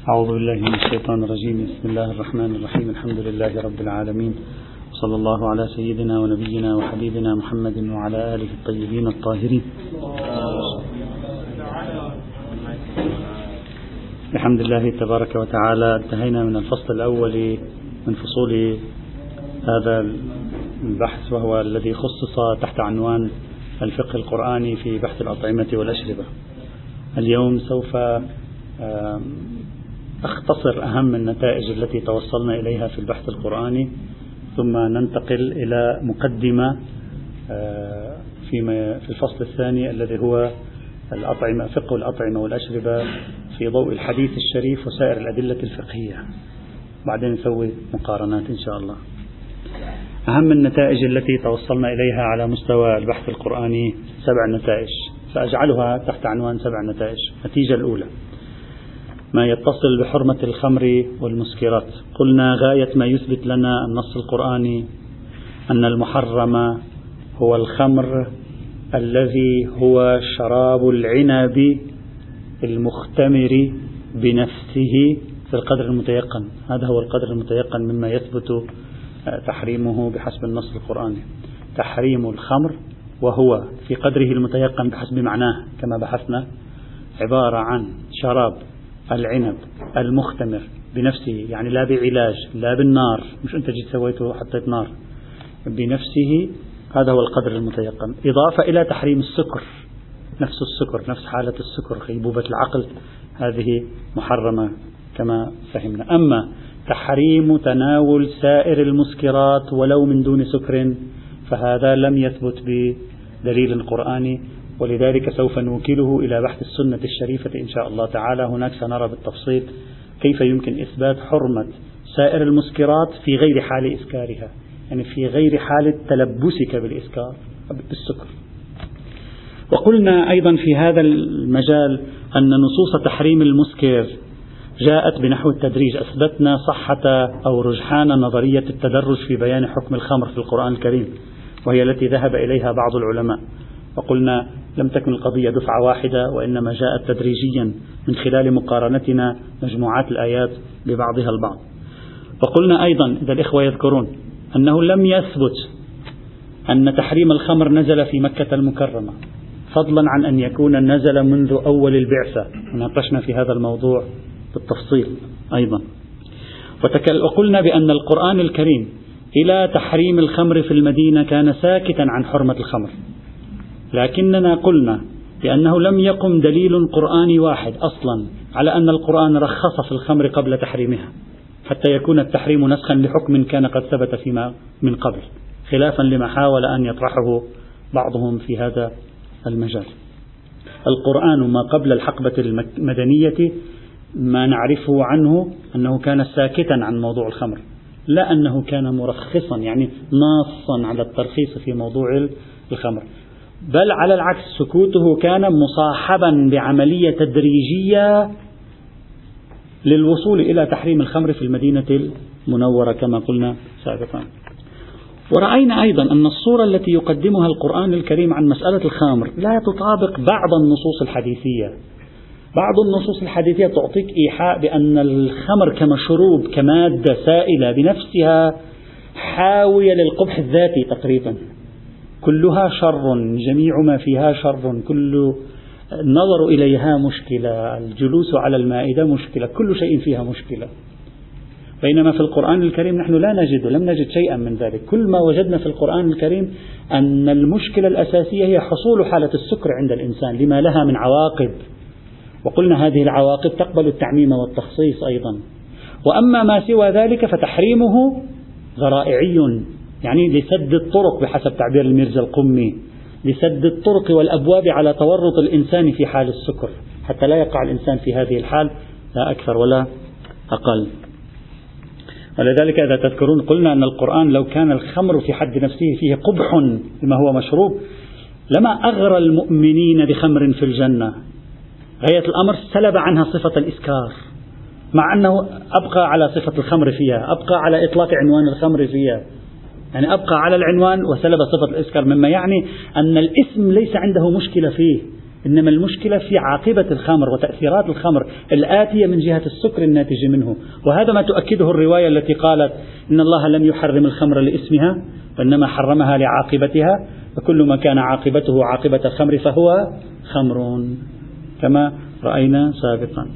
أعوذ بالله من الشيطان الرجيم. بسم الله الرحمن الرحيم. الحمد لله رب العالمين، صلى الله على سيدنا ونبينا وحبيبنا محمد وعلى آله الطيبين الطاهرين. بحمد الله تبارك وتعالى انتهينا من الفصل الأول من فصول هذا البحث، وهو الذي خصص تحت عنوان الفقه القرآني في بحث الأطعمة والأشربة. اليوم سوف أختصر أهم النتائج التي توصلنا إليها في البحث القرآني، ثم ننتقل إلى مقدمة في الفصل الثاني الذي هو الأطعمة، فقه الأطعمة والأشربة في ضوء الحديث الشريف وسائر الأدلة الفقهية. بعدين نسوي مقارنات إن شاء الله. أهم النتائج التي توصلنا إليها على مستوى البحث القرآني 7 نتائج، سأجعلها تحت عنوان 7 نتائج. النتيجة الأولى: ما يتصل بحرمة الخمر والمسكرات. قلنا غاية ما يثبت لنا النص القرآني أن المحرم هو الخمر الذي هو شراب العنب المختمر بنفسه في القدر المتيقن. هذا هو القدر المتيقن مما يثبت تحريمه بحسب النص القرآني. تحريم الخمر وهو في قدره المتيقن بحسب معناه كما بحثنا عبارة عن شراب العنب المختمر بنفسه، يعني لا بعلاج لا بالنار، مش أنت جيت سويته حطيت نار، بنفسه. هذا هو القدر المتيقن. إضافة إلى تحريم السكر، نفس السكر، نفس حالة السكر، غيبوبة العقل، هذه محرمة كما فهمنا. أما تحريم تناول سائر المسكرات ولو من دون سكر فهذا لم يثبت بدليل قرآني، ولذلك سوف نوكله إلى بحث السنة الشريفة إن شاء الله تعالى. هناك سنرى بالتفصيل كيف يمكن إثبات حرمة سائر المسكرات في غير حال إسكارها، يعني في غير حالة تلبسك بالإسكار بالسكر. وقلنا أيضا في هذا المجال أن نصوص تحريم المسكر جاءت بنحو التدريج. أثبتنا صحة أو رجحان نظرية التدرج في بيان حكم الخمر في القرآن الكريم، وهي التي ذهب إليها بعض العلماء. وقلنا لم تكن القضية دفعة واحدة، وإنما جاءت تدريجيا من خلال مقارنتنا مجموعات الآيات ببعضها البعض. وقلنا أيضا إذا الإخوة يذكرون أنه لم يثبت أن تحريم الخمر نزل في مكة المكرمة، فضلا عن أن يكون نزل منذ أول البعثة. ناقشنا في هذا الموضوع بالتفصيل أيضا. وقلنا بأن القرآن الكريم إلى تحريم الخمر في المدينة كان ساكتا عن حرمة الخمر، لكننا قلنا بأنه لم يقم دليل قرآني واحد أصلا على أن القرآن رخص في الخمر قبل تحريمها، حتى يكون التحريم نسخا لحكم كان قد ثبت فيما من قبل، خلافا لما حاول أن يطرحه بعضهم في هذا المجال. القرآن ما قبل الحقبة المدنية ما نعرفه عنه أنه كان ساكتا عن موضوع الخمر، لا أنه كان مرخصا يعني ناصا على الترخيص في موضوع الخمر، بل على العكس سكوته كان مصاحبا بعملية تدريجية للوصول إلى تحريم الخمر في المدينة المنورة كما قلنا سابقا. ورأينا أيضا أن الصورة التي يقدمها القرآن الكريم عن مسألة الخمر لا تطابق بعض النصوص الحديثية. بعض النصوص الحديثية تعطيك إيحاء بأن الخمر كمشروب كمادة سائلة بنفسها حاوية للقبح الذاتي تقريبا، كلها شر، جميع ما فيها شر، كل النظر إليها مشكلة، الجلوس على المائدة مشكلة، كل شيء فيها مشكلة. بينما في القرآن الكريم نحن لم نجد شيئا من ذلك. كل ما وجدنا في القرآن الكريم أن المشكلة الأساسية هي حصول حالة السكر عند الإنسان لما لها من عواقب، وقلنا هذه العواقب تقبل التعميم والتخصيص أيضا. وأما ما سوى ذلك فتحريمه ذرائعي، يعني لسد الطرق بحسب تعبير الميرزا القمي، لسد الطرق والأبواب على تورط الإنسان في حال السكر، حتى لا يقع الإنسان في هذه الحال، لا أكثر ولا أقل. ولذلك إذا تذكرون قلنا أن القرآن لو كان الخمر في حد نفسه فيه قبح لما هو مشروب لما أغرى المؤمنين بخمر في الجنة. غاية الأمر سلب عنها صفة الإسكار، مع أنه أبقى على صفة الخمر فيها، أبقى على إطلاق عنوان الخمر فيها، يعني أبقى على العنوان وسلب صفة الإسكار، مما يعني أن الاسم ليس عنده مشكلة فيه، إنما المشكلة في عاقبة الخمر وتأثيرات الخمر الآتية من جهة السكر الناتج منه. وهذا ما تؤكده الرواية التي قالت إن الله لم يحرم الخمر لاسمها وإنما حرمها لعاقبتها، فكل ما كان عاقبته عاقبة الخمر فهو خمر كما رأينا سابقا.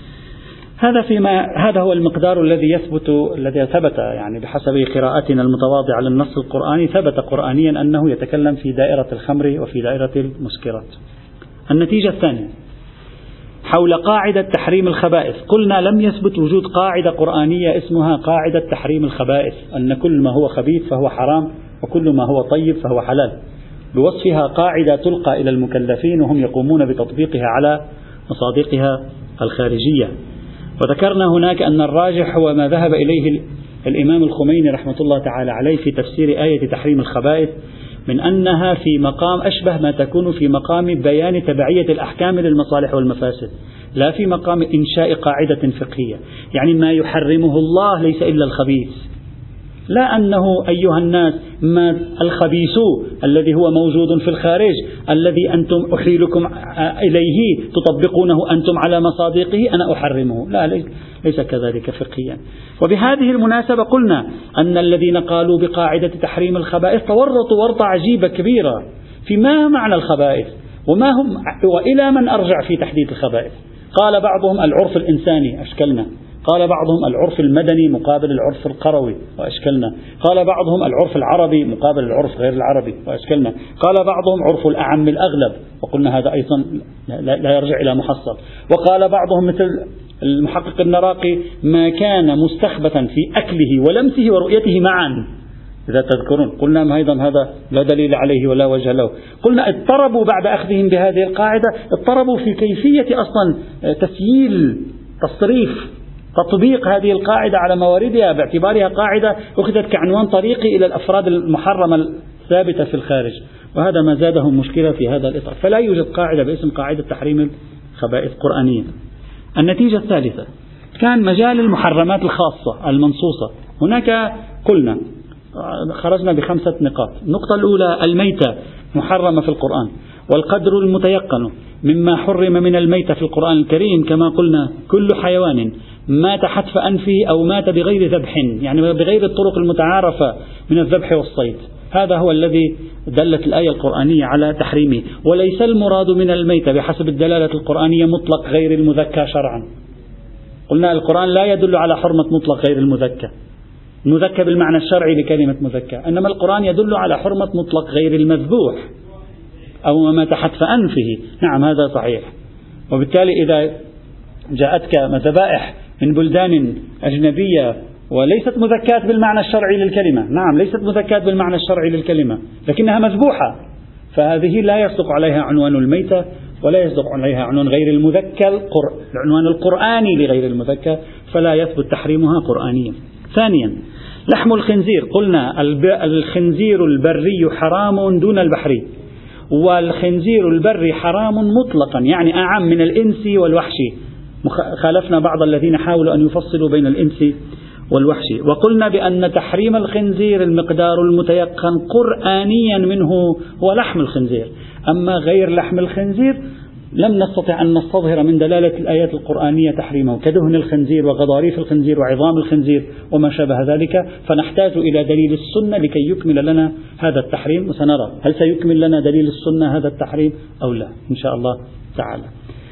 هذا هو المقدار الذي ثبت يعني بحسب قراءتنا المتواضعة للنص القرآني، ثبت قرآنيا أنه يتكلم في دائرة الخمر وفي دائرة المسكرات. النتيجة الثانية حول قاعدة تحريم الخبائث، قلنا لم يثبت وجود قاعدة قرآنية اسمها قاعدة تحريم الخبائث، أن كل ما هو خبيث فهو حرام وكل ما هو طيب فهو حلال، بوصفها قاعدة تلقى إلى المكلفين وهم يقومون بتطبيقها على مصادقها الخارجية. وذكرنا هناك أن الراجح هو ما ذهب إليه الإمام الخميني رحمة الله تعالى عليه في تفسير آية تحريم الخبائث، من أنها في مقام أشبه ما تكون في مقام بيان تبعية الأحكام للمصالح والمفاسد، لا في مقام إنشاء قاعدة فقهية. يعني ما يحرمه الله ليس إلا الخبيث، لا أنه أيها الناس ما الخبيث الذي هو موجود في الخارج الذي أنتم أحيلكم إليه تطبقونه أنتم على مصادقه أنا أحرمه، لا، ليس كذلك فقهيا. وبهذه المناسبة قلنا أن الذين قالوا بقاعدة تحريم الخبائث تورطوا ورطة عجيبة كبيرة في ما معنى الخبائث وإلى من أرجع في تحديد الخبائث. قال بعضهم العرف الإنساني أشكلنا، قال بعضهم العرف المدني مقابل العرف القروي وأشكلنا، قال بعضهم العرف العربي مقابل العرف غير العربي وأشكلنا، قال بعضهم عرف الأعم الأغلب وقلنا هذا أيضا لا يرجع إلى محصل، وقال بعضهم مثل المحقق النراقي ما كان مستخبثا في أكله ولمسه ورؤيته معا إذا تذكرون، قلنا أيضا هذا لا دليل عليه ولا وجه له. قلنا اضطربوا بعد أخذهم بهذه القاعدة، اضطربوا في كيفية أصلا تسييل تصريف تطبيق هذه القاعدة على مواردها، باعتبارها قاعدة أخذت كعنوان طريقي إلى الأفراد المحرمة الثابتة في الخارج، وهذا ما زادهم مشكلة في هذا الإطار. فلا يوجد قاعدة باسم قاعدة تحريم الخبائث قرآنية. النتيجة الثالثة كان مجال المحرمات الخاصة المنصوصة. هناك قلنا خرجنا ب5 نقاط. النقطة الأولى الميتة محرمة في القرآن، والقدر المتيقن مما حرم من الميتة في القرآن الكريم كما قلنا كل حيوان مات حتف أنفه أو مات بغير ذبح، يعني بغير الطرق المتعارفة من الذبح والصيد، هذا هو الذي دلت الآية القرآنية على تحريمه. وليس المراد من الميتة بحسب الدلالة القرآنية مطلق غير المذكى شرعا. قلنا القرآن لا يدل على حرمة مطلق غير المذكى، المذكى بالمعنى الشرعي لكلمة مذكى، إنما القرآن يدل على حرمة مطلق غير المذبوح أو ما مات حتف أنفه. نعم هذا صحيح. وبالتالي إذا جاءتك ذبائح من بلدان أجنبية وليست مذكاة بالمعنى الشرعي للكلمة، نعم ليست مذكاة بالمعنى الشرعي للكلمة لكنها مذبوحة، فهذه لا يصدق عليها عنوان الميتة ولا يصدق عليها عنوان غير المذكى، العنوان القرآني لغير المذكى، فلا يثبت تحريمها قرآنيا. ثانيا لحم الخنزير، قلنا الخنزير البري حرام دون البحري، والخنزير البري حرام مطلقا يعني أعم من الإنس والوحشي، خالفنا بعض الذين حاولوا أن يفصلوا بين الإنس والوحشي. وقلنا بأن تحريم الخنزير المقدار المتيقن قرآنيا منه هو لحم الخنزير، أما غير لحم الخنزير لم نستطع أن نستظهر من دلالة الآيات القرآنية تحريمه، كدهن الخنزير وغضاريف الخنزير وعظام الخنزير وما شابه ذلك، فنحتاج إلى دليل السنة لكي يكمل لنا هذا التحريم، وسنرى هل سيكمل لنا دليل السنة هذا التحريم أو لا إن شاء الله تعالى.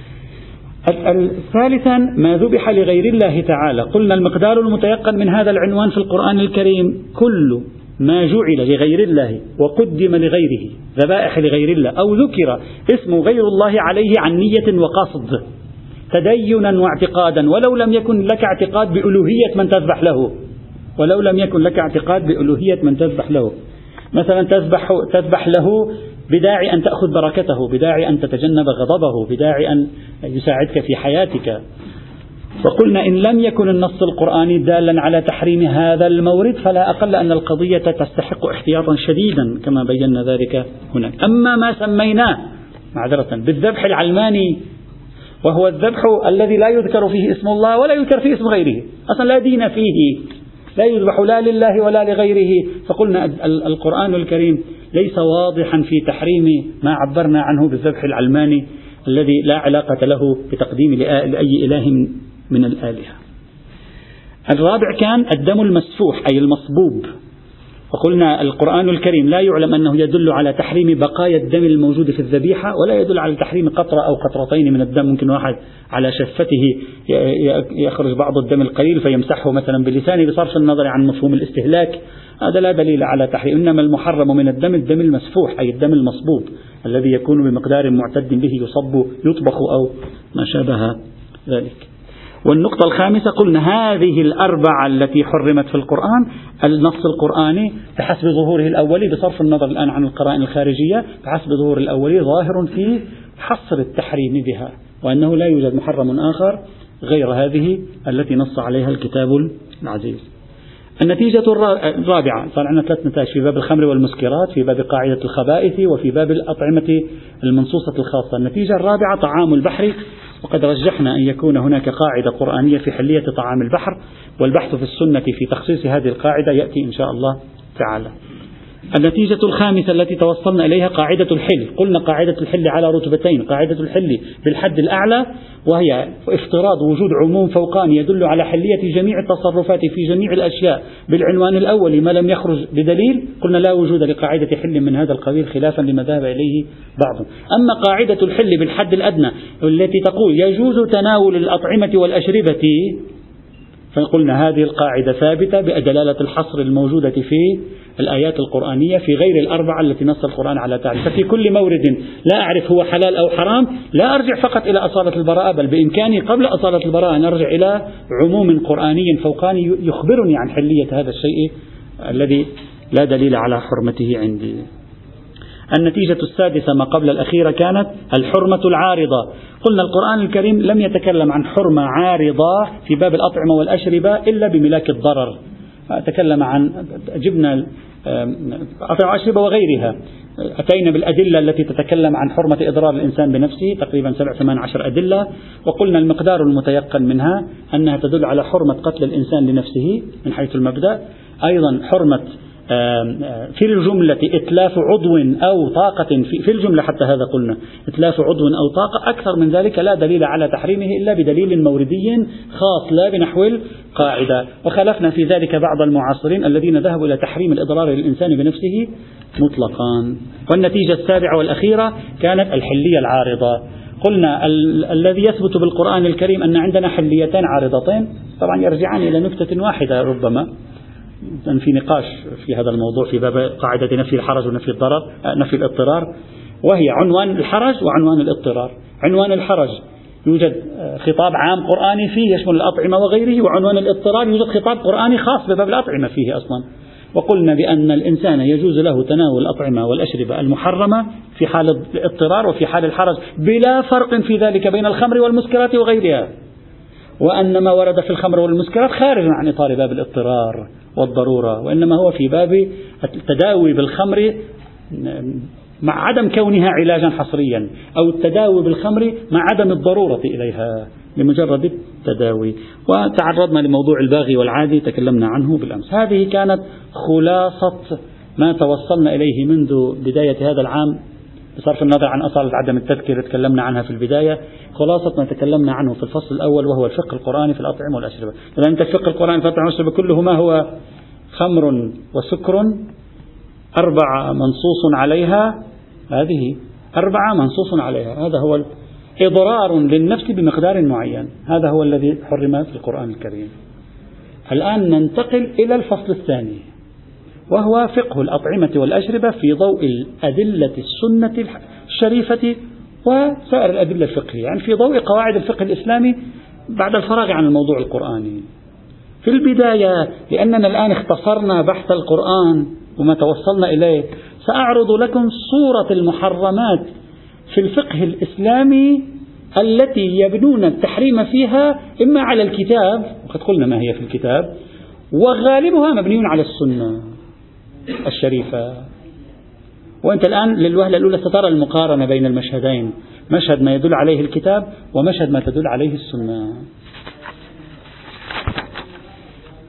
ثالثا ما ذبح لغير الله تعالى، قلنا المقدار المتيقن من هذا العنوان في القرآن الكريم كل ما جعل لغير الله وقدم لغيره، ذبائح لغير الله أو ذكر اسم غير الله عليه عن نية وقصد تدينا واعتقادا، ولو لم يكن لك اعتقاد بألوهية من تذبح له، ولو لم يكن لك اعتقاد بألوهية من تذبح له، مثلا تذبح له بداعي أن تأخذ بركته، بداعي أن تتجنب غضبه، بداعي أن يساعدك في حياتك. وقلنا إن لم يكن النص القرآني دالا على تحريم هذا المورد فلا أقل أن القضية تستحق احتياطا شديدا كما بينا ذلك هناك. أما ما سميناه معذرة بالذبح العلماني، وهو الذبح الذي لا يذكر فيه اسم الله ولا يذكر فيه اسم غيره، أصلا لا دين فيه، لا يذبح لا لله ولا لغيره، فقلنا القرآن الكريم ليس واضحا في تحريم ما عبرنا عنه بالذبح العلماني، الذي لا علاقة له بتقديم لأي إله من الآلهة. الرابع كان الدم المسفوح أي المصبوب، وقلنا القرآن الكريم لا يعلم أنه يدل على تحريم بقايا الدم الموجود في الذبيحة، ولا يدل على تحريم قطرة أو قطرتين من الدم. ممكن واحد على شفته يخرج بعض الدم القليل فيمسحه مثلا بلسانه بصرف النظر عن مفهوم الاستهلاك، هذا لا دليل على تحريم. إنما المحرم من الدم المسفوح أي الدم المصبوب الذي يكون بمقدار معتد به يطبخ أو ما شابه ذلك. والنقطة الخامسة قلنا هذه الأربعة التي حرمت في القرآن، النص القرآني بحسب ظهوره الأولي بصرف النظر الآن عن القرائن الخارجية، بحسب ظهور الأولي ظاهر في حصر التحريم بها، وأنه لا يوجد محرم آخر غير هذه التي نص عليها الكتاب العزيز. النتيجة الرابعة، صار عندنا 3 نتائج في باب الخمر والمسكرات، في باب قاعدة الخبائث، وفي باب الأطعمة المنصوصة الخاصة. النتيجة الرابعة طعام البحر، وقد رجحنا أن يكون هناك قاعدة قرآنية في حلية طعام البحر، والبحث في السنة في تخصيص هذه القاعدة يأتي إن شاء الله تعالى. النتيجة الخامسة التي توصلنا إليها قاعدة الحل. قلنا قاعدة الحل على رتبتين: قاعدة الحل بالحد الأعلى وهي افتراض وجود عموم فوقاني يدل على حلية جميع التصرفات في جميع الأشياء بالعنوان الأول ما لم يخرج بدليل، قلنا لا وجود لقاعدة حل من هذا القبيل خلافا لما ذهب إليه بعضهم. أما قاعدة الحل بالحد الأدنى التي تقول يجوز تناول الأطعمة والأشربة، فقلنا هذه القاعدة ثابتة بدلالة الحصر الموجودة في الآيات القرآنية في غير الأربعة التي نص القرآن على تعريف. ففي كل مورد لا أعرف هو حلال أو حرام لا أرجع فقط إلى أصالة البراءة، بل بإمكاني قبل أصالة البراءة أن أرجع إلى عموم قرآني فوقاني يخبرني عن حلية هذا الشيء الذي لا دليل على حرمته عندي. النتيجة السادسة ما قبل الأخيرة كانت الحرمة العارضة. قلنا القرآن الكريم لم يتكلم عن حرمة عارضة في باب الأطعمة والأشربة إلا بملاك الضرر، تكلم عن جبنا أطعمة وأشربة وغيرها، أتينا بالأدلة التي تتكلم عن حرمة إضرار الإنسان بنفسه تقريبا 7-18 أدلة، وقلنا المقدار المتيقن منها أنها تدل على حرمة قتل الإنسان لنفسه من حيث المبدأ، أيضا حرمة في الجملة إتلاف عضو أو طاقة في الجملة، حتى هذا قلنا إتلاف عضو أو طاقة. أكثر من ذلك لا دليل على تحريمه إلا بدليل موردي خاص لا بنحو القاعدة. وخالفنا في ذلك بعض المعاصرين الذين ذهبوا إلى تحريم الإضرار للإنسان بنفسه مطلقا. والنتيجة السابعة والأخيرة كانت الحلية العارضة. قلنا الذي يثبت بالقرآن الكريم أن عندنا حليتين عارضتين طبعا يرجعان إلى نكتة واحدة ربما في نقاش في هذا الموضوع في باب قاعدة نفي الحرج ونفي الضرر نفي الاضطرار، وهي عنوان الحرج وعنوان الاضطرار. عنوان الحرج يوجد خطاب عام قرآني فيه يشمل الأطعمة وغيره، وعنوان الاضطرار يوجد خطاب قرآني خاص بباب الأطعمة فيه أصلا. وقلنا بأن الإنسان يجوز له تناول الأطعمة والأشربة المحرمة في حال الاضطرار وفي حال الحرج بلا فرق في ذلك بين الخمر والمسكرات وغيرها، وأن ما ورد في الخمر والمسكرات خارج عن إطار باب الاضطرار والضرورة، وإنما هو في باب التداوي بالخمر مع عدم كونها علاجا حصريا، أو التداوي بالخمر مع عدم الضرورة إليها لمجرد التداوي. وتعرضنا لموضوع الباغي والعادي تكلمنا عنه بالأمس. هذه كانت خلاصة ما توصلنا إليه منذ بداية هذا العام بصرف النظر عن أصالة عدم التذكير تكلمنا عنها في البداية. خلاصة ما تكلمنا عنه في الفصل الأول وهو الفقه القرآني في الأطعمة والأشربة. إذا أنت الفقه القرآني في الأطعمة والأشربة كله ما هو خمر وسكر 4 منصوص عليها، هذه 4 منصوص عليها، هذا هو إضرار للنفس بمقدار معين، هذا هو الذي حرم في القرآن الكريم. الآن ننتقل إلى الفصل الثاني وهو فقه الأطعمة والأشربة في ضوء الأدلة السنة الشريفة وسائر الأدلة الفقهية، يعني في ضوء قواعد الفقه الإسلامي بعد الفراغ عن الموضوع القرآني. في البداية لأننا الآن اختصرنا بحث القرآن وما توصلنا إليه، سأعرض لكم صورة المحرمات في الفقه الإسلامي التي يبنون التحريم فيها إما على الكتاب، وقد قلنا ما هي في الكتاب، وغالبها مبنيون على السنة الشريفة. وأنت الآن للوهلة الأولى سترى المقارنة بين المشهدين، مشهد ما يدل عليه الكتاب ومشهد ما تدل عليه السنة.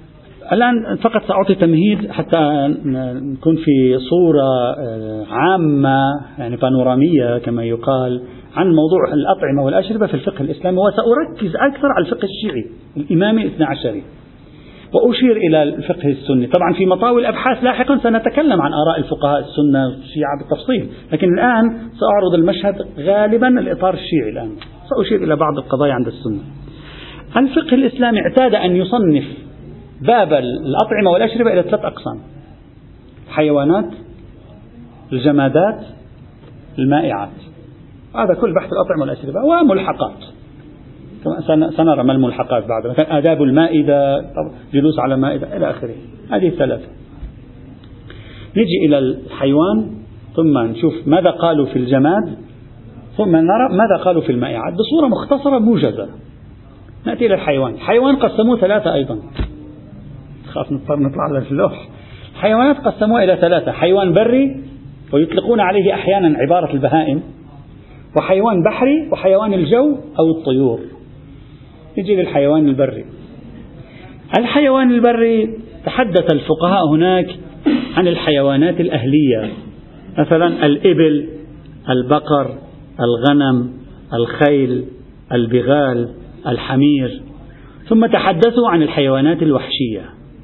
الآن فقط سأعطي تمهيد حتى نكون في صورة عامة يعني بانورامية كما يقال عن موضوع الأطعمة والأشربة في الفقه الإسلامي، وسأركز أكثر على الفقه الشيعي الإمامي 12، وأشير إلى الفقه السني. طبعا في مطاوي الأبحاث لاحقا سنتكلم عن آراء الفقهاء السنة والشيعة بالتفصيل، لكن الآن سأعرض المشهد غالبا الإطار الشيعي. الآن سأشير إلى بعض القضايا عند السنة. الفقه الإسلامي اعتاد أن يصنف باب الأطعمة والأشربة إلى 3 أقسام: الحيوانات، الجمادات، المائعات. هذا كل بحث الأطعمة والأشربة، وملحقات سنرى ما الملحقات بعد، مثلا آداب المائدة، جلوس على مائدة إلى آخره. هذه 3. نجي إلى الحيوان، ثم نشوف ماذا قالوا في الجماد، ثم نرى ماذا قالوا في المائعات بصورة مختصرة موجزة. نأتي إلى الحيوان. الحيوان قسموه 3 أيضا، خاف نضطر نطلع على اللوح. حيوانات قسموها إلى 3: حيوان بري، ويطلقون عليه أحيانا عبارة البهائم، وحيوان بحري، وحيوان الجو أو الطيور. يجي للحيوان البري. الحيوان البري تحدث الفقهاء هناك عن الحيوانات الأهلية، مثلا الإبل، البقر، الغنم، الخيل، البغال، الحمير. ثم تحدثوا عن الحيوانات الوحشية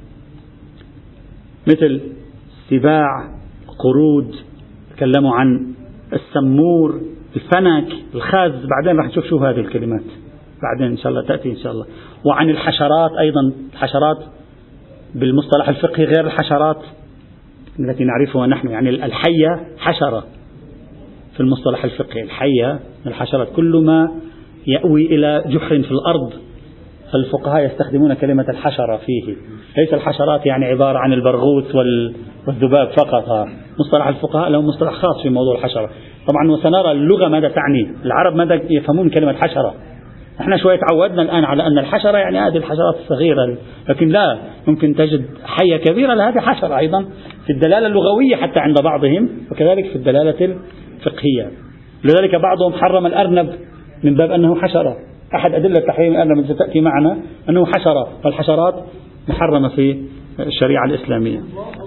مثل السباع، القرود، تكلموا عن السمور، الفنك، الخاز. بعدين راح نشوف شو هذه الكلمات بعدين إن شاء الله تأتي إن شاء الله. وعن الحشرات أيضا، الحشرات بالمصطلح الفقهي غير الحشرات التي نعرفها نحن، يعني الحية حشرة في المصطلح الفقهي. الحية الحشرات كل ما يأوي إلى جحر في الأرض، فالفقهاء يستخدمون كلمة الحشرة فيه. ليس الحشرات يعني عبارة عن البرغوث والذباب فقط. مصطلح الفقهاء له مصطلح خاص في موضوع الحشرة طبعا، وسنرى اللغة ماذا تعني، العرب ماذا يفهمون كلمة حشرة. احنا شوية تعودنا الآن على أن الحشرة يعني هذه الحشرات الصغيرة، لكن لا، ممكن تجد حية كبيرة لهذه حشرة أيضا في الدلالة اللغوية حتى عند بعضهم، وكذلك في الدلالة الفقهية. لذلك بعضهم حرم الأرنب من باب أنه حشرة. أحد أدلة تحريم الأرنب التي تأتي معنا أنه حشرة، فالحشرات محرمة في الشريعة الإسلامية.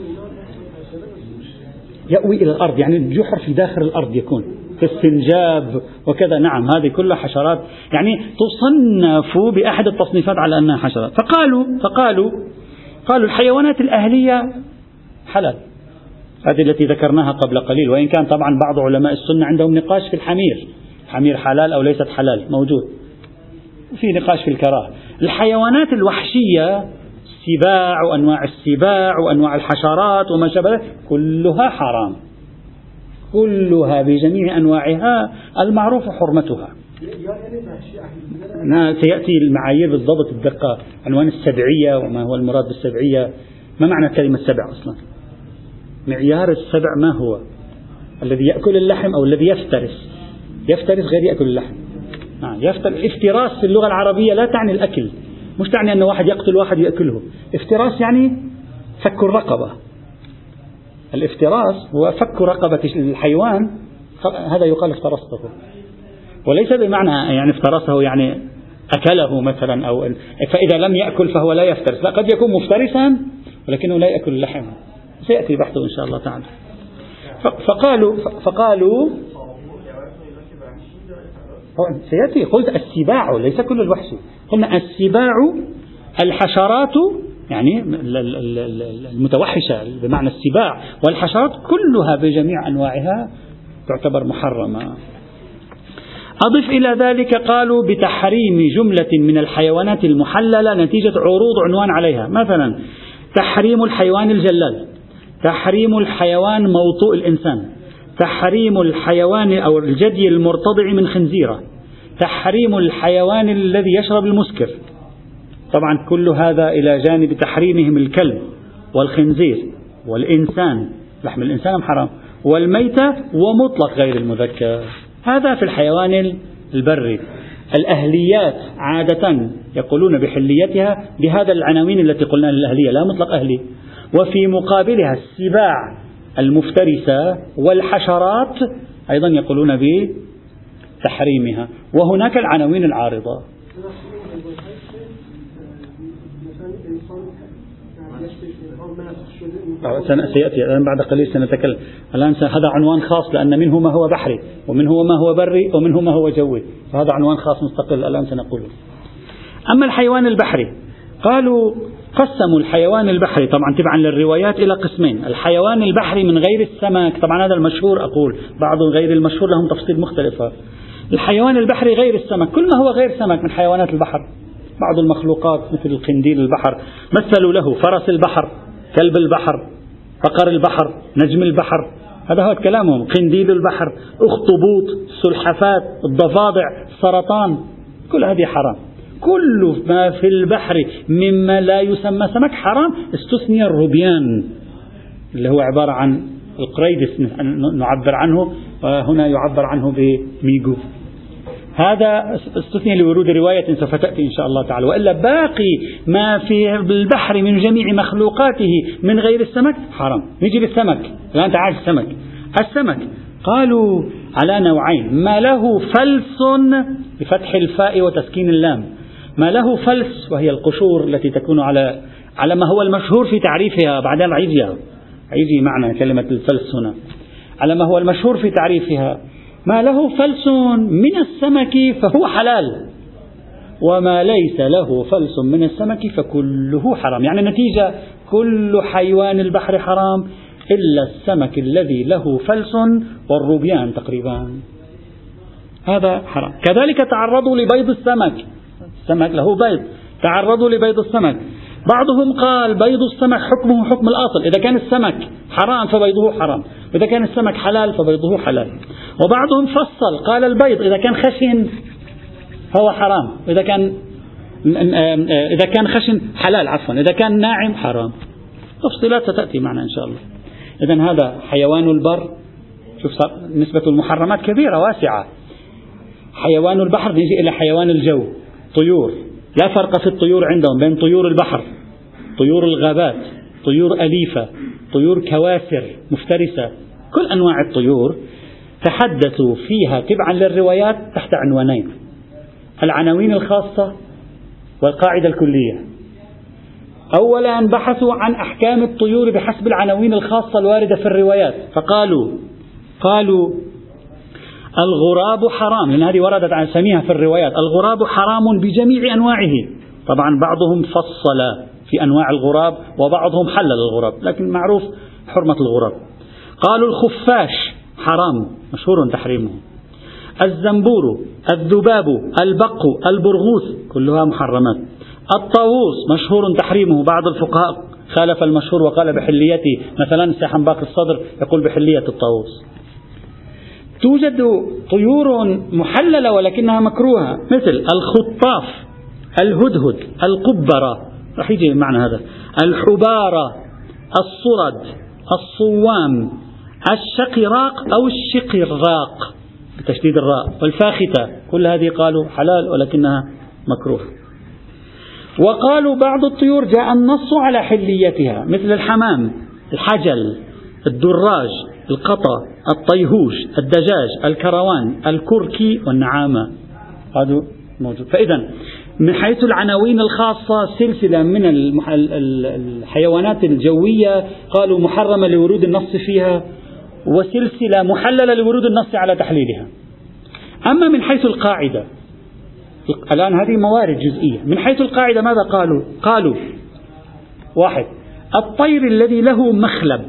يأوي إلى الأرض يعني الجحر في داخل الأرض يكون في السنجاب وكذا. نعم، هذه كلها حشرات يعني تصنف بأحد التصنيفات على أنها حشرات. فقالوا الحيوانات الأهلية حلال، هذه التي ذكرناها قبل قليل، وإن كان طبعا بعض علماء السنة عندهم نقاش في الحمير حلال أو ليست حلال، موجود في نقاش في الكراهة. الحيوانات الوحشية، السباع وأنواع السباع وأنواع الحشرات وما شابه، كلها حرام، كلها بجميع أنواعها المعروف حرمتها. سيأتي المعايير بالضبط الدقة، عنوان السبعية وما هو المراد بالسبعية، ما معنى كلمة سبع أصلا، معيار السبع ما هو؟ الذي يأكل اللحم أو الذي يفترس غير يأكل اللحم. الافتراس في اللغة العربية لا تعني الأكل، مش تعني أن واحد يقتل واحد يأكله. افتراس يعني فك الرقبة. الافتراس هو فك رقبة الحيوان، هذا يقال افترسته، وليس بمعنى يعني افترسه يعني أكله مثلا، أو فإذا لم يأكل فهو لا يفترس، لا، قد يكون مفترسا ولكنه لا يأكل اللحم. سيأتي بحثه إن شاء الله تعالى. فقالوا سيأتي، قلت السباع ليس كل الوحش، قلنا السباع الحشرات يعني المتوحشة بمعنى السباع، والحشرات كلها بجميع أنواعها تعتبر محرمة. أضف إلى ذلك قالوا بتحريم جملة من الحيوانات المحللة نتيجة عروض عنوان عليها، مثلا تحريم الحيوان الجلال، تحريم الحيوان موطوء الإنسان، تحريم الحيوان أو الجدي المرتضع من خنزيرة، تحريم الحيوان الذي يشرب المسكر. طبعا كل هذا إلى جانب تحريمهم الكلب والخنزير والإنسان، لحم الإنسان حرام، والميتة ومطلق غير المذكر. هذا في الحيوان البري. الأهليات عادة يقولون بحليتها بهذا العناوين التي قلنا للأهلية، لا مطلق أهلي. وفي مقابلها السباع المفترسة والحشرات أيضا يقولون بتحريمها، وهناك العناوين العارضة. سيأتي الآن بعد قليل سنتكلم. الآن هذا عنوان خاص، لأن منه ما هو بحري ومنه ما هو بري ومنه ما هو جوي، فهذا عنوان خاص مستقل الآن سنقوله. أما الحيوان البحري، قالوا قسموا الحيوان البحري طبعا تبعا للروايات إلى قسمين: الحيوان البحري من غير السمك، طبعا هذا المشهور، أقول بعض غير المشهور لهم تفصيل مختلفة. الحيوان البحري غير السمك، كل ما هو غير سمك من حيوانات البحر. بعض المخلوقات مثل القنديل البحر مثلوا له فرس البحر، كلب البحر، بقر البحر، نجم البحر، هذا هو كلامهم. قنديل البحر، أخطبوط، السلحفاة، الضفادع، السرطان، كل هذه حرام. كل ما في البحر مما لا يسمى سمك حرام، استثني الروبيان اللي هو عبارة عن القريدس نعبر عنه، هنا يعبر عنه بميغو، هذا استثني لورود رواية سوف تأتي إن شاء الله تعالى. وإلا باقي ما في البحر من جميع مخلوقاته من غير السمك حرام. نجي للسمك الآن، أنت عارف السمك قالوا على نوعين: ما له فلس بفتح الفاء وتسكين اللام، ما له فلس وهي القشور التي تكون على ما هو المشهور في تعريفها، بعدين يجي معنى كلمة الفلس هنا، على ما هو المشهور في تعريفها: ما له فلس من السمك فهو حلال، وما ليس له فلس من السمك فكله حرام. يعني نتيجة كل حيوان البحر حرام إلا السمك الذي له فلس والروبيان تقريبا، هذا حرام. كذلك تعرضوا لبيض السمك له بيض، تعرضوا لبيض السمك. بعضهم قال بيض السمك حكمه حكم الأصل، إذا كان السمك حرام فبيضه حرام، وإذا كان السمك حلال فبيضه حلال. وبعضهم فصل قال البيض إذا كان خشن فهو حرام، إذا كان خشن حلال، إذا كان ناعم حرام. تفصيلات ستأتي معنا إن شاء الله. إذن هذا حيوان البر. شوف نسبة المحرمات كبيرة واسعة. حيوان البحر، نجي إلى حيوان الجو، طيور. لا فرق في الطيور عندهم بين طيور البحر، طيور الغابات، طيور أليفة، طيور كواسر مفترسة، كل أنواع الطيور تحدثوا فيها تبعا للروايات تحت عنوانين: العناوين الخاصة والقاعدة الكلية. أولا بحثوا عن أحكام الطيور بحسب العناوين الخاصة الواردة في الروايات، فقالوا الغراب حرام، لأن هذه وردت عن سميها في الروايات: الغراب حرام بجميع أنواعه. طبعا بعضهم فصل في أنواع الغراب وبعضهم حلل الغراب، لكن معروف حرمة الغراب. قالوا الخفاش حرام مشهور تحريمه، الزنبور، الذباب، البق، البرغوث كلها محرمات. الطاووس مشهور تحريمه، بعض الفقهاء خالف المشهور وقال بحليته، مثلا ساحن باقي الصدر يقول بحلية الطاووس. توجد طيور محللة ولكنها مكروهة، مثل الخطاف، الهدهد، القبرة، راح يجي معنى هذا، الحبارة، الصرد، الصوام، الشقراق أو الشقراق بتشديد الراء، والفاختة، كل هذه قالوا حلال ولكنها مكروه. وقالوا بعض الطيور جاء النص على حليتها، مثل الحمام، الحجل، الدراج، القطا، الطيهوش، الدجاج، الكروان، الكركي والنعامة، هذا موجود. فإذا من حيث العناوين الخاصة سلسلة من الحيوانات الجوية قالوا محرمة لورود النص فيها، وسلسلة محللة لورود النص على تحليلها. أما من حيث القاعدة، الآن هذه موارد جزئية. من حيث القاعدة ماذا قالوا 1: الطير الذي له مخلب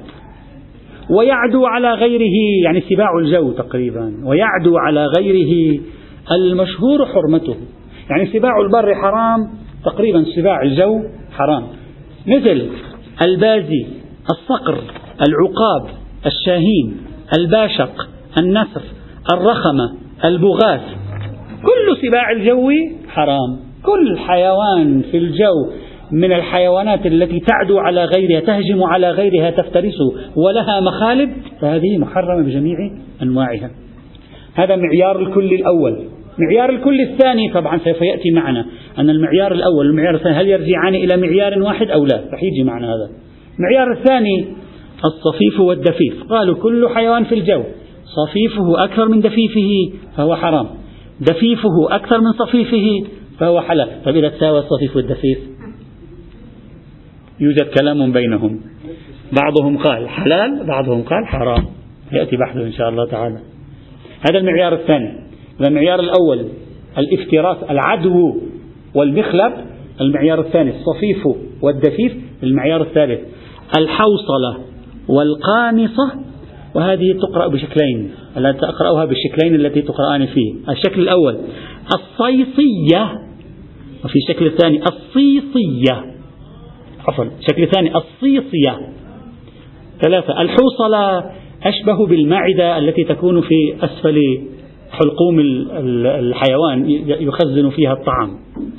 ويعدو على غيره، يعني سباع الجو تقريبا، ويعدو على غيره المشهور حرمته، يعني سباع البر حرام تقريبا، سباع الجو حرام، مثل البازي، الصقر، العقاب، الشاهين، الباشق، النسر، الرخمة، البغاث، كل سباع الجو حرام. كل حيوان في الجو من الحيوانات التي تعدو على غيرها، تهجم على غيرها، تفترسه ولها مخالب، فهذه محرمة بجميع أنواعها. هذا معيار الكل الأول. معيار الكل الثاني طبعا سوف يأتي معنا أن المعيار الأول والمعيار الثاني هل يرجعان إلى معيار واحد أو لا، رح يجي معنا هذا. المعيار الثاني الصفيف والدفيف، قالوا كل حيوان في الجو صفيفه أكثر من دفيفه فهو حرام، دفيفه أكثر من صفيفه فهو حلال. طيب إذا تساوى الصفيف والدفيف يوجد كلام بينهم، بعضهم قال حلال بعضهم قال حرام، يأتي بحثه إن شاء الله تعالى. هذا المعيار الثاني. المعيار الأول الافتراس العدو والمخلب، المعيار الثاني الصفيف والدفيف، المعيار الثالث الحوصلة والقانصة، وهذه تقرأ بشكلين، لا تقرأها بالشكلين التي تقرأان فيه. الشكل الأول الصيصية، وفي الشكل الثاني الصيصية، عفوا الشكل الثاني الصيصية. 3 الحوصلة أشبه بالمعدة التي تكون في أسفل حلقوم الحيوان يخزن فيها الطعام،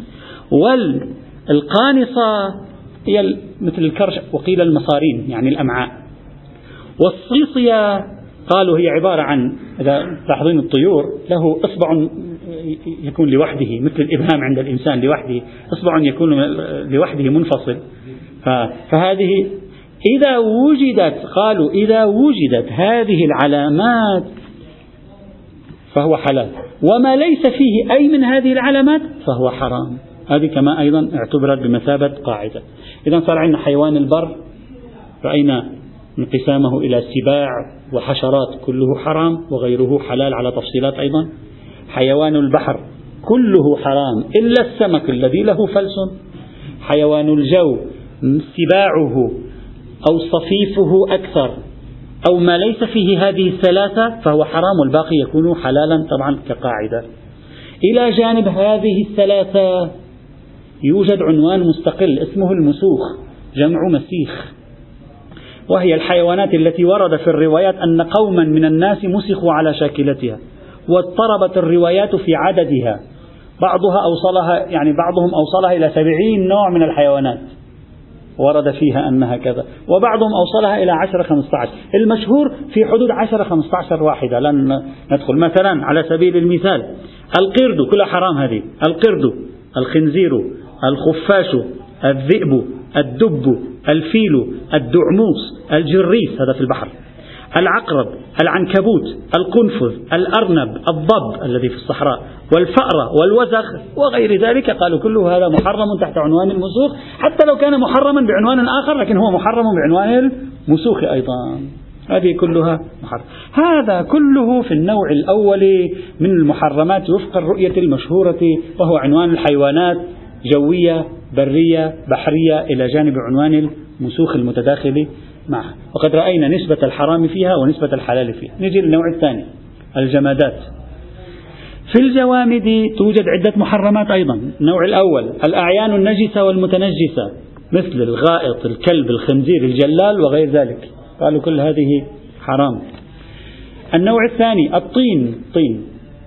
والقانصة هي مثل الكرش وقيل المصارين يعني الأمعاء. والصيصية قالوا هي عبارة عن، إذا تلاحظون الطيور له إصبع يكون لوحده مثل الإبهام عند الإنسان لوحده، إصبع يكون لوحده منفصل. فهذه إذا وجدت، قالوا إذا وجدت هذه العلامات فهو حلال، وما ليس فيه أي من هذه العلامات فهو حرام. هذه كما أيضا اعتبرت بمثابة قاعدة. إذا صار عندنا حيوان البر، رأينا انقسامه إلى سباع وحشرات كله حرام وغيره حلال على تفصيلات أيضا. حيوان البحر كله حرام إلا السمك الذي له فلس. حيوان الجو سباعه أو صفيفه أكثر أو ما ليس فيه هذه الثلاثة فهو حرام، والباقي يكون حلالا طبعا كقاعدة. إلى جانب هذه الثلاثة يوجد عنوان مستقل اسمه المسوخ، جمع مسيخ، وهي الحيوانات التي ورد في الروايات أن قوما من الناس مسخوا على شاكلتها، واضطربت الروايات في عددها، بعضها أوصلها يعني بعضهم أوصلها إلى 70 نوع من الحيوانات ورد فيها أنها كذا، وبعضهم أوصلها إلى 10-15. المشهور في حدود 10-15 واحدة، لن ندخل. مثلا على سبيل المثال القرد كلها حرام، هذه القرد، الخنزير، الخفاش، الذئب، الدب، الفيل، الدعموس، الجريس هذا في البحر، العقرب، العنكبوت، القنفذ، الأرنب، الضب الذي في الصحراء، والفأرة والوزغ وغير ذلك. قالوا كله هذا محرم تحت عنوان المسوخ، حتى لو كان محرما بعنوان آخر لكن هو محرم بعنوان المسوخ أيضا. هذه كلها محرم. هذا كله في النوع الأول من المحرمات وفق الرؤية المشهورة، وهو عنوان الحيوانات جوية برية بحرية إلى جانب عنوان المسوخ المتداخل معها. وقد رأينا نسبة الحرام فيها ونسبة الحلال فيها. نجي للنوع الثاني الجمادات. في الجوامد توجد عدة محرمات أيضا. النوع الأول الأعيان النجسة والمتنجسة مثل الغائط، الكلب، الخنزير، الجلال وغير ذلك، قالوا كل هذه حرام. النوع الثاني الطين، طين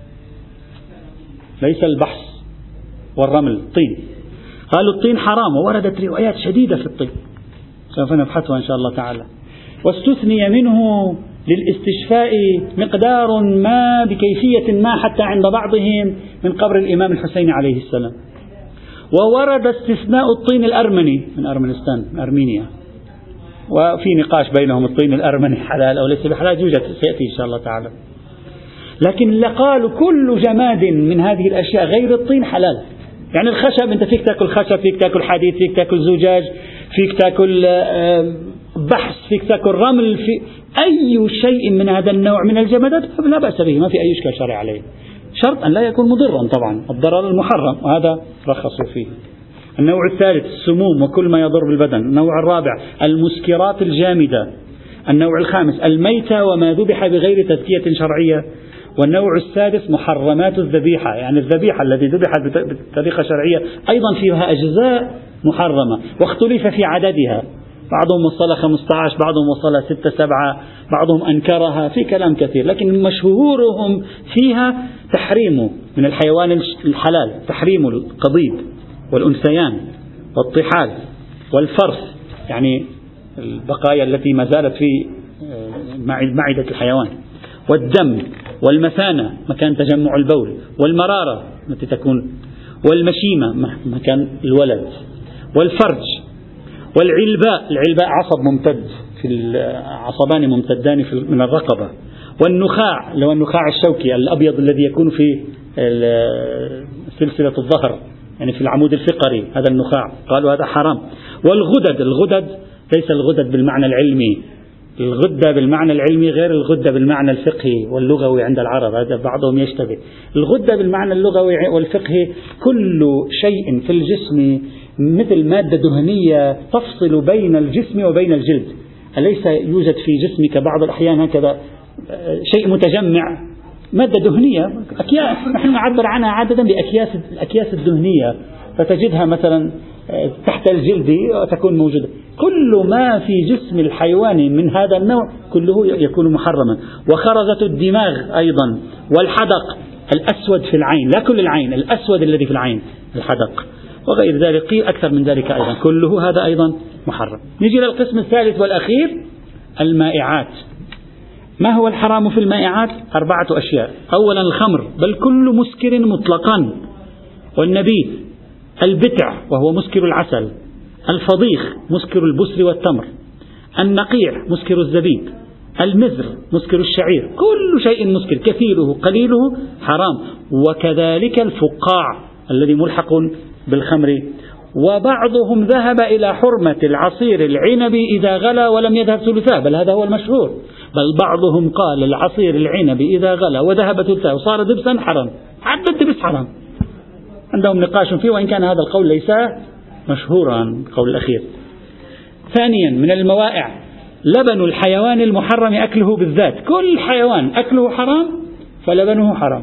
ليس البحث والرمل، طين، قالوا الطين حرام، ووردت روايات شديدة في الطين سوف نبحثها إن شاء الله تعالى. واستثني منه للاستشفاء مقدار ما بكيفية ما حتى عند بعضهم من قبر الإمام الحسين عليه السلام. وورد استثناء الطين الأرمني من أرمنستان، من أرمينيا، وفي نقاش بينهم الطين الأرمني حلال أو ليس بحلال، يوجد سيأتي إن شاء الله تعالى. لكن قالوا كل جماد من هذه الأشياء غير الطين حلال. يعني الخشب، أنت فيك تأكل خشب، فيك تأكل حديد، فيك تأكل زجاج، فيك تأكل بحث، فيك تأكل رمل، في أي شيء من هذا النوع من الجمادات لا بأس به، ما في أي إشكال شرعي عليه، شرط أن لا يكون مضرا طبعا، الضرر المحرم، وهذا رخصوا فيه. النوع الثالث السموم وكل ما يضر بالبدن. النوع الرابع المسكرات الجامدة. النوع الخامس الميتة وما ذبح بغير تزكية شرعية. والنوع السادس محرمات الذبيحة، يعني الذبيحة التي ذبحت بطريقة شرعية أيضا فيها أجزاء محرمة، واختلف في عددها، بعضهم وصل 15، بعضهم وصل 6 7، بعضهم أنكرها، في كلام كثير، لكن مشهورهم فيها تحريم من الحيوان الحلال، تحريم القضيب والأنثيان والطحال والفرث، يعني البقايا التي ما زالت في معدة الحيوان، والدم والمثانة مكان تجمع البول، والمرارة التي تكون، والمشيمة مكان الولد، والفرج، والعلباء، العلباء عصب ممتد في العصبان ممتدان من الرقبة، والنخاع اللي هو النخاع الشوكي الأبيض الذي يكون في سلسلة الظهر يعني في العمود الفقري، هذا النخاع، قالوا هذا حرام. الغدد ليس الغدد بالمعنى العلمي، الغدة بالمعنى العلمي غير الغدة بالمعنى الفقهي واللغوي عند العرب، هذا بعضهم يشتبه. الغدة بالمعنى اللغوي والفقهي كل شيء في الجسم مثل مادة دهنية تفصل بين الجسم وبين الجلد. أليس يوجد في جسمك بعض الأحيان هكذا شيء متجمع، مادة دهنية، أكياس، نحن نعبر عنها عادة الأكياس الدهنية، فتجدها مثلا تحت الجلد تكون موجودة. كل ما في جسم الحيوان من هذا النوع كله يكون محرما. وخرزة الدماغ أيضا، والحدق الأسود في العين، لا كل العين، الأسود الذي في العين الحدق، وغير ذلك أكثر من ذلك أيضا، كله هذا أيضا محرم. نجي للقسم الثالث والأخير، المائعات. ما هو الحرام في المائعات؟ 4 أشياء. أولا الخمر، بل كل مسكر مطلقا، والنبيذ، البتع وهو مسكر العسل، الفضيخ مسكر البسر والتمر، النقيع مسكر الزبيب، المزر مسكر الشعير، كل شيء مسكر كثيره قليله حرام. وكذلك الفقاع الذي ملحق بالخمر. وبعضهم ذهب إلى حرمة العصير العنبي إذا غلى ولم يذهب ثلثاه، بل هذا هو المشهور. بل بعضهم قال العصير العنبي إذا غلى وذهب ثلثاه وصار دبسا حرام، حتى الدبس حرام. عندهم نقاش فيه، وإن كان هذا القول ليس مشهورا، القول الأخير. ثانيا من الموائع لبن الحيوان المحرم أكله بالذات. كل حيوان أكله حرام فلبنه حرام،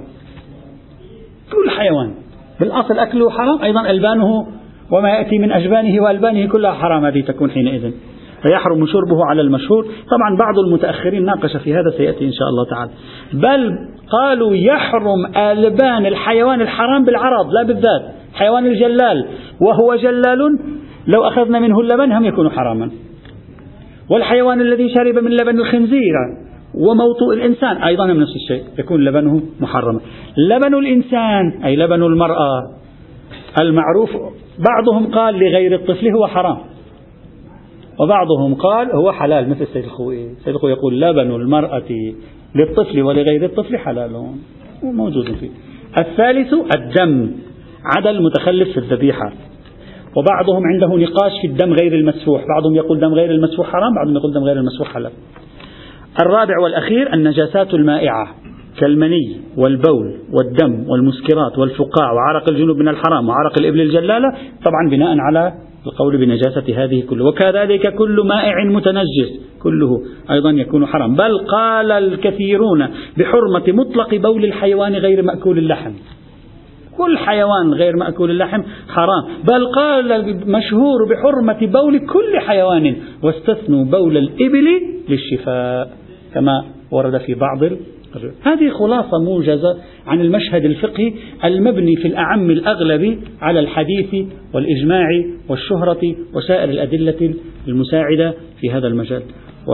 كل حيوان بالأصل أكله حرام، أيضا ألبانه وما يأتي من أجبانه وألبانه كلها حرام، هذه تكون حينئذ فيحرم شربه على المشهور. طبعا بعض المتأخرين ناقش في هذا، سيأتي إن شاء الله تعالى. بل قالوا يحرم ألبان الحيوان الحرام بالعرض لا بالذات، حيوان الجلال وهو جلال لو أخذنا منه اللبن هم يكون حراما. والحيوان الذي شرب من لبن الخنزير وموطؤ الإنسان أيضا من نفس الشيء يكون لبنه محرما. لبن الإنسان أي لبن المرأة المعروف، بعضهم قال لغير الطفل هو حرام، وبعضهم قال هو حلال، مثل السيد الخوئي. السيد الخوئي يقول لبن المرأة للطفل ولغير الطفل حلال وموجود فيه. الثالث الدم، عدا المتخلف في الذبيحة. وبعضهم عنده نقاش في الدم غير المسفوح، بعضهم يقول دم غير المسفوح حرام، بعضهم يقول دم غير المسفوح حلال. الرابع والأخير النجاسات المائعة كالمني والبول والدم والمسكرات والفقاع وعرق الجنوب من الحرام وعرق الإبل الجلالة، طبعا بناء على القول بنجاسة هذه كله. وكذلك كل مائع متنجس كله أيضا يكون حرام. بل قال الكثيرون بحرمة مطلق بول الحيوان غير مأكول اللحم، كل حيوان غير مأكول اللحم حرام. بل قال المشهور بحرمة بول كل حيوان، واستثنوا بول الإبل للشفاء كما ورد في بعض هذه خلاصة موجزة عن المشهد الفقهي المبني في الأعم الأغلب على الحديث والإجماع والشهرة وسائر الأدلة المساعدة في هذا المجال.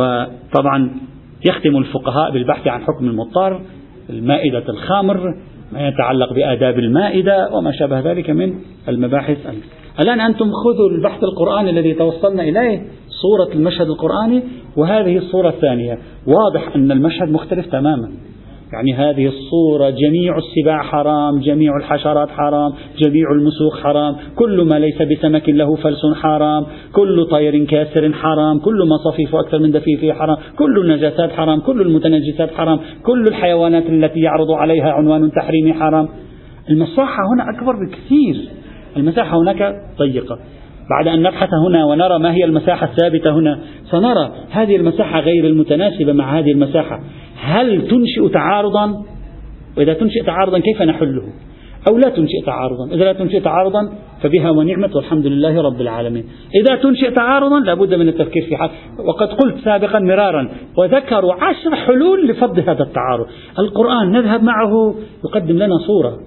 وطبعا يختم الفقهاء بالبحث عن حكم المضطر، المائدة الخمر، ما يتعلق بآداب المائدة وما شابه ذلك من المباحث. الآن أنتم خذوا البحث القرآني الذي توصلنا إليه، صورة المشهد القرآني وهذه الصورة الثانية، واضح أن المشهد مختلف تماما. يعني هذه الصورة جميع السباع حرام، جميع الحشرات حرام، جميع المسوخ حرام، كل ما ليس بسمك له فلس حرام، كل طير كاسر حرام، كل ما صفيف أكثر من دفيفه حرام، كل النجاسات حرام، كل المتنجسات حرام، كل الحيوانات التي يعرض عليها عنوان تحريمي حرام. المساحة هنا أكبر بكثير، المساحة هناك ضيقة. بعد أن نبحث هنا ونرى ما هي المساحة الثابتة هنا، سنرى هذه المساحة غير المتناسبة مع هذه المساحة، هل تنشئ تعارضا؟ وإذا تنشئ تعارضا كيف نحله؟ أو لا تنشئ تعارضا؟ إذا لا تنشئ تعارضا فبها ونعمت والحمد لله رب العالمين. إذا تنشئ تعارضا لابد من التفكير في حل. وقد قلت سابقا مرارا وذكروا 10 حلول لفض هذا التعارض. القرآن نذهب معه يقدم لنا صورة،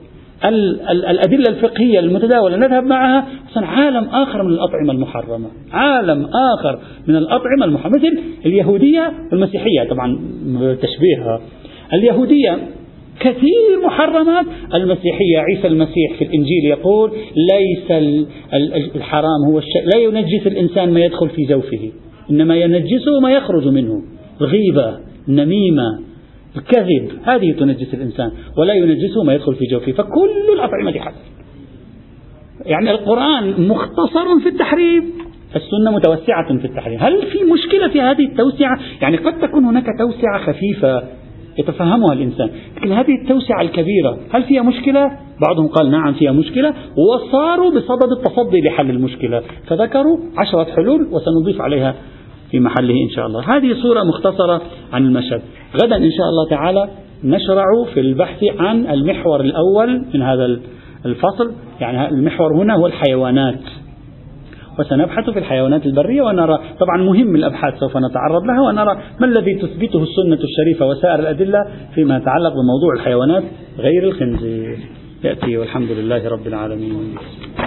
الأدلة الفقهية المتداولة نذهب معها عالم آخر من الأطعمة المحرمة، عالم آخر من الأطعمة المحرمة، مثل اليهودية والمسيحية. طبعا تشبيهها، اليهودية كثير محرمات، المسيحية عيسى المسيح في الإنجيل يقول ليس الحرام هو الشيء، لا ينجس الإنسان ما يدخل في جوفه، إنما ينجسه ما يخرج منه، الغيبة، النميمة، الكذب، هذه تنجس الإنسان، ولا ينجسه ما يدخل في جوفه. فكل الأطعمة حرام. يعني القرآن مختصر في التحريم السنة متوسعة في التحريم. هل في مشكلة في هذه التوسعة؟ يعني قد تكون هناك توسعة خفيفة يتفهمها الإنسان، لكن هذه التوسعة الكبيرة هل فيها مشكلة؟ بعضهم قال نعم فيها مشكلة، وصاروا بصدد التصدي لحل المشكلة، فذكروا 10 حلول وسنضيف عليها في محله إن شاء الله. هذه صورة مختصرة عن المشهد. غدا إن شاء الله تعالى نشرع في البحث عن المحور الأول من هذا الفصل، يعني المحور هنا هو الحيوانات، وسنبحث في الحيوانات البرية ونرى، طبعا مهم الأبحاث سوف نتعرض لها، ونرى ما الذي تثبته السنة الشريفة وسائر الأدلة فيما يتعلق بموضوع الحيوانات غير الخنزير. يأتي والحمد لله رب العالمين.